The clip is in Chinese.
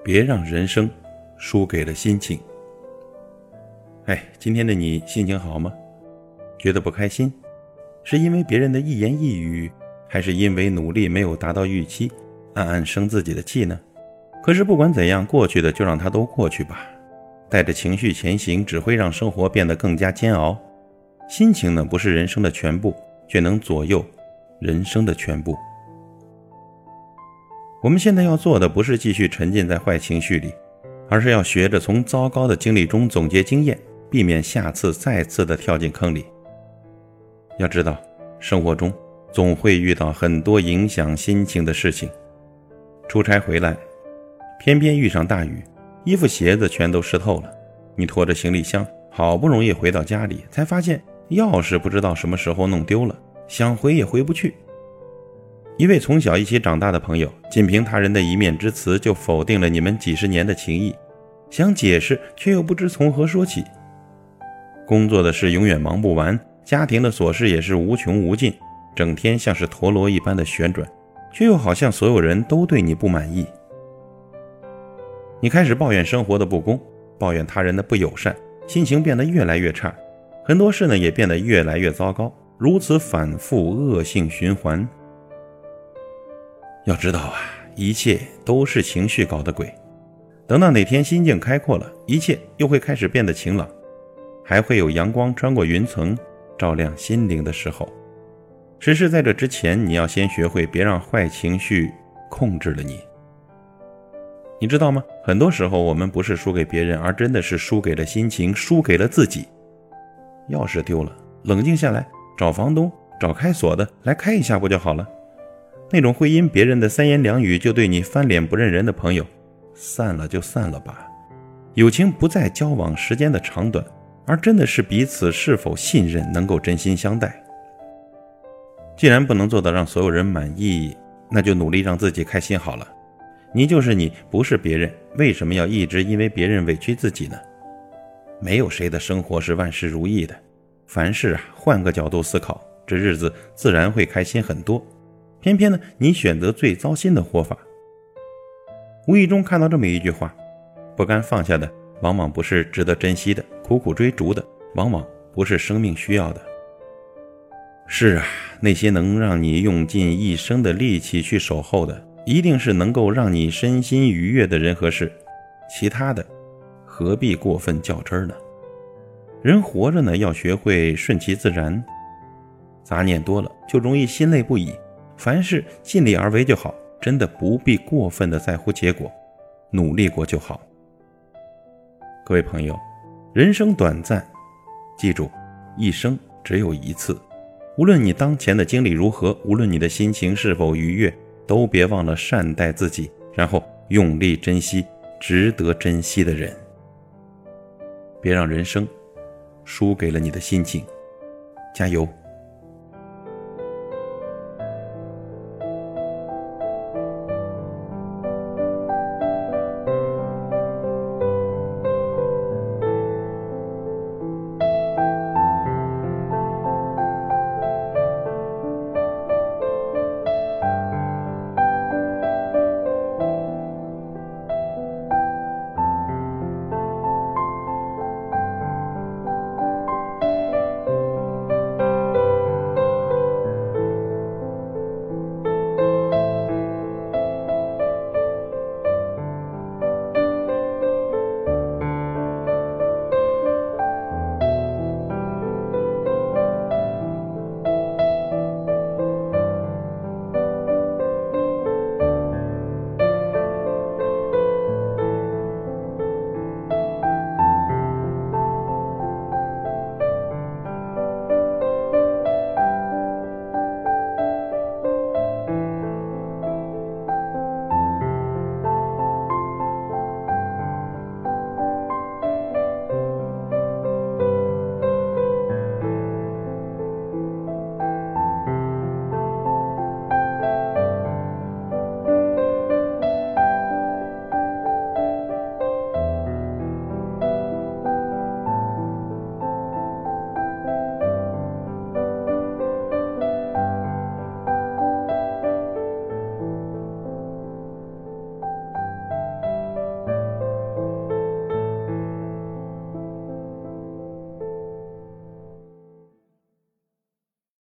别让人生输给了心情。今天的你心情好吗？觉得不开心，是因为别人的一言一语，还是因为努力没有达到预期，暗暗生自己的气呢？可是不管怎样，过去的就让它都过去吧。带着情绪前行，只会让生活变得更加煎熬。心情呢，不是人生的全部，却能左右人生的全部。我们现在要做的不是继续沉浸在坏情绪里，而是要学着从糟糕的经历中总结经验，避免下次再次的跳进坑里。要知道，生活中总会遇到很多影响心情的事情。出差回来，偏偏遇上大雨，衣服鞋子全都湿透了。你拖着行李箱，好不容易回到家里，才发现钥匙不知道什么时候弄丢了，想回也回不去。一位从小一起长大的朋友，仅凭他人的一面之词就否定了你们几十年的情谊，想解释却又不知从何说起。工作的事永远忙不完，家庭的琐事也是无穷无尽，整天像是陀螺一般的旋转，却又好像所有人都对你不满意。你开始抱怨生活的不公，抱怨他人的不友善，心情变得越来越差，很多事呢也变得越来越糟糕，如此反复，恶性循环。要知道啊，一切都是情绪搞的鬼。等到哪天心境开阔了，一切又会开始变得晴朗，还会有阳光穿过云层，照亮心灵的时候。只是在这之前，你要先学会别让坏情绪控制了你。你知道吗？很多时候我们不是输给别人，而真的是输给了心情，输给了自己。钥匙丢了，冷静下来，找房东，找开锁的来开一下不就好了？那种会因别人的三言两语就对你翻脸不认人的朋友，散了就散了吧。友情不在交往时间的长短，而真的是彼此是否信任，能够真心相待。既然不能做到让所有人满意，那就努力让自己开心好了。你就是你，不是别人，为什么要一直因为别人委屈自己呢？没有谁的生活是万事如意的，凡事换个角度思考，这日子自然会开心很多。偏偏呢，你选择最糟心的活法。无意中看到这么一句话，不甘放下的往往不是值得珍惜的，苦苦追逐的往往不是生命需要的。是啊，那些能让你用尽一生的力气去守候的，一定是能够让你身心愉悦的人和事，其他的何必过分较真呢？人活着呢，要学会顺其自然，杂念多了就容易心累不已，凡事尽力而为就好，真的不必过分的在乎结果，努力过就好。各位朋友，人生短暂，记住，一生只有一次。无论你当前的经历如何，无论你的心情是否愉悦，都别忘了善待自己，然后用力珍惜值得珍惜的人。别让人生输给了你的心情，加油！